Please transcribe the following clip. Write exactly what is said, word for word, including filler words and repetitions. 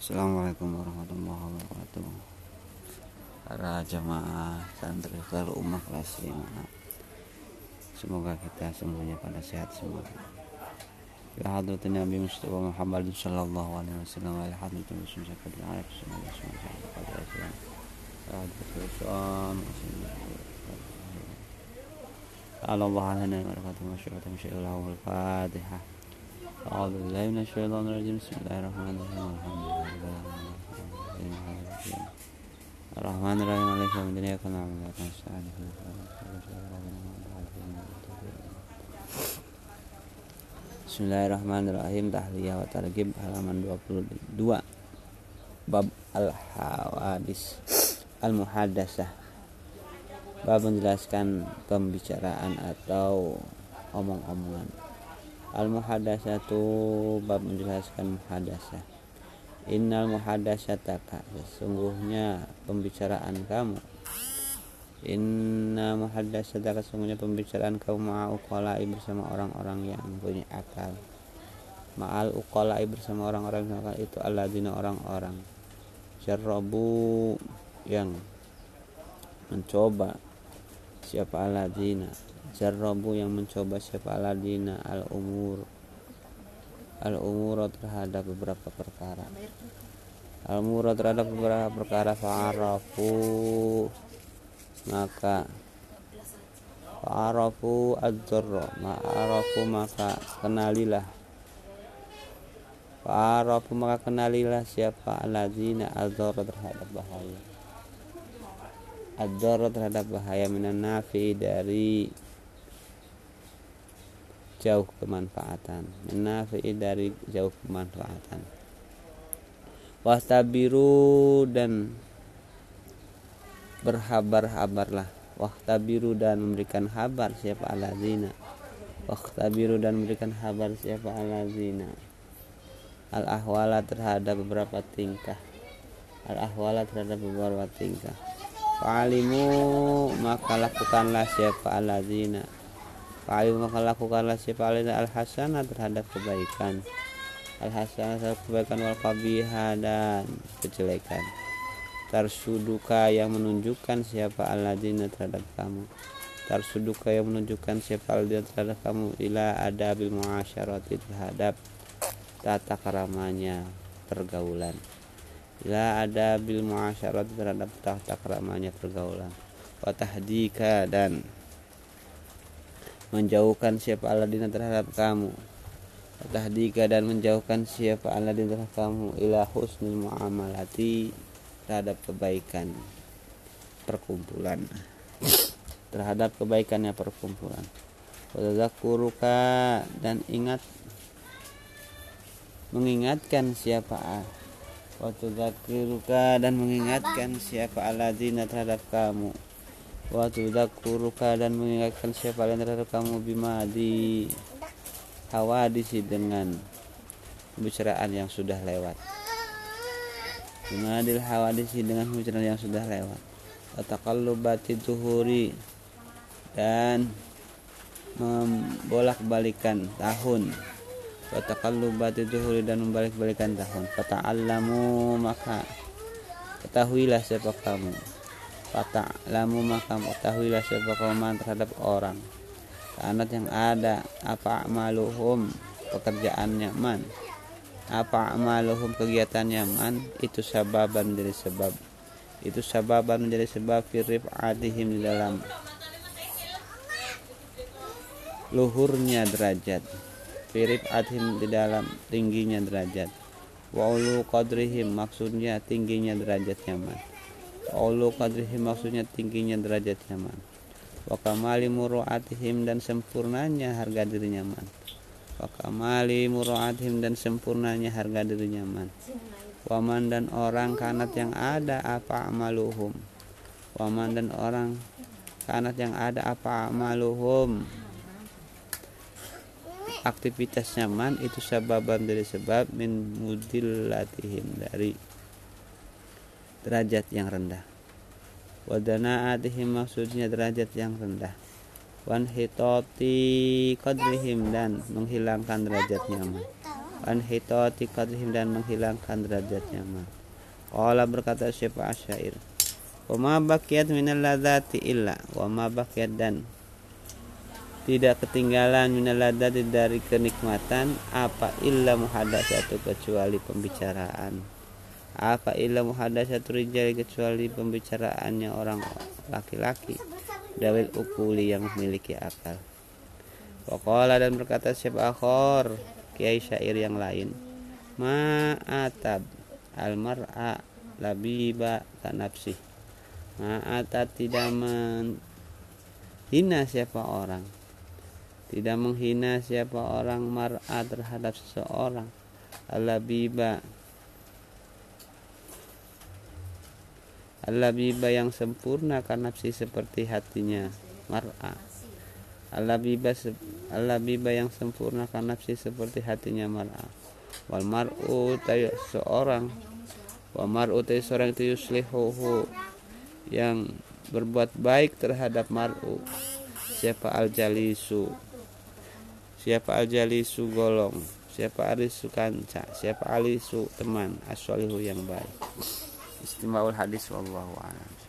Assalamualaikum warahmatullahi wabarakatuh. Para jamaah santri Darul Ummah kelas lima, semoga kita semuanya pada sehat semua. Ya hadratin Nabi Mustafa Muhammad sallallahu alaihi wasallam wa hadratin Rasulullah sallallahu alaihi wasallam. Ya hadratin Allah alana wa barakatuh wa syukratan syai'ul Fatihah. أعوذ بالله من الشيطان الرجيم بسم الله الرحمن الرحيم الرحمن الرحيم عليك من دنيا كنا عمل Bismillahirrahmanirrahim. Tahliyah wa targhib halaman dua puluh dua. Bab al-hawadis al-muhaddatsah. Bab menjelaskan pembicaraan atau omong-omongan. Al-muhadatsatu, bab menjelaskan muhadatsah. Innal muhadatsataka, sesungguhnya pembicaraan kamu. Inna muhadatsataka, sesungguhnya pembicaraan kamu ma'al uqala'i, bersama orang-orang yang punya akal. Ma'al uqala'i, bersama orang-orang yang akal, itu alladzina, orang-orang jarrabu, yang mencoba. Siapa alladzina? Jarrabu, yang mencoba. Siapa alladzina? Al-umur Al-umur terhadap beberapa perkara. Al-umur terhadap beberapa perkara. Fa'arafu, maka Fa'arafu ad-dharra, ma'arafu, maka kenalilah. Fa'arafu, maka kenalilah. Siapa alladzina? Ad-dharra, terhadap bahaya. Ad-dharra, terhadap bahaya. Minan nafi, dari jauh kemanfaatan. Menafi, dari jauh kemanfaatan. Wahtabiru, dan berhabar-habarlah. Wahtabiru, dan memberikan habar. Siapa alladzina? Wahtabiru, dan memberikan habar. Siapa alladzina? Al-ahwala, terhadap beberapa tingkah. Al-ahwala, terhadap beberapa tingkah. Fa'alimu, maka lakukanlah. Siapa alladzina? Fa'alimu, maka lakukanlah. Siapa alladzina? Al-hasanah, terhadap kebaikan. Al-hasanah, terhadap kebaikan. Wal qabiha, dan kejelekan. Tarsuduka, yang menunjukkan. Siapa alladzina? Terhadap kamu. Tarsuduka, yang menunjukkan. Siapa alladzina? Terhadap kamu. Ila adabil muasyarati, terhadap tata keramanya pergaulan. Ila adabil muasyarati, terhadap tata keramanya pergaulan. Wa tahdika, dan menjauhkan. Siapa alladzina? Terhadap kamu. Wa tahdika, dan menjauhkan. Siapa alladzina? Terhadap kamu. Ila husnul muamalati, terhadap kebaikan perkumpulan, terhadap kebaikannya perkumpulan. Wa tadzakuruka, dan ingat, mengingatkan. Siapa? Wa tadzakuruka, dan mengingatkan. Siapa alladzina? Terhadap kamu. Wa tadzakuruka, dan mengingatkan. Siapa alladzina? Terhadap kamu. Bima, di hawadisi, dengan pembicaraan yang sudah lewat. Bima dil hawadisi, dengan pembicaraan yang sudah lewat. Wa taqallubati zuhuri, dan membolak-balikan tahun. Wa taqallubati zuhuri, dan membalik-balikan tahun. Fata'allamu, maka ketahuilah. Siapa kamu? Fata'lamu, maka ketahuilah. Siapa kamu? Terhadap orang. Kanat, yang ada. Apa amaluhum, pekerjaannya. Man, apa amaluhum, kegiatannya. Man, itu sababan menjadi sebab. Itu sababan menjadi sebab. Firif adihim, di dalam luhurnya derajat. Firif adhim, di dalam tingginya derajat. Wa ulu qadrihim, maksudnya tingginya derajatnya. Man, wa ulu qadrihim, maksudnya tingginya derajatnya. Man, wa kamali muru'atihim, dan sempurnanya harga dirinya. Man, wa kamali muru'atihim, dan sempurnanya harga dirinya. Man, waman, dan orang. Kanat, yang ada. Apa amaluhum, waman, dan orang. Kanat, yang ada. Apa amaluhum, aktivitasnya. Man, itu sababan dari sebab. Min mudillatihim, dari derajat yang rendah. Wadana'atihim, maksudnya derajat yang rendah. Wan hitoti qadrihim, dan menghilangkan derajatnya. Man, an hitati qadrihim dan menghilangkan derajatnya ma. Qala berkata Syekh Asyair, wa ma baqiyat minal ladzati illa, wa ma baqiyat dan tidak ketinggalan minal ladzati dari kenikmatan apa illa muhadatsatu kecuali pembicaraan, apa illa muhadatsatu rijal kecuali pembicaraannya orang laki-laki dawil ukuli yang memiliki akal. Waqala dan berkata Syekh Akhor kiai syair yang lain, ma'atab almar'a labiba kanapsih, ma'atab tidak menghina siapa orang, tidak menghina siapa orang mar'a terhadap seseorang, alabiba alabiba yang sempurna kanapsi seperti hatinya mar'a, alabiba alabiba yang sempurna kanapsi seperti hatinya mar'a, wal mar'u tayu seorang, wa mar'u tayu seorang itu yuslihuhu yang berbuat baik terhadap mar'u, siapa al jalisu, siapa al jalisu golong, siapa arisu kanca, siapa alisu teman, as-solihu yang baik. Istimaul hadis wallahu a'lam.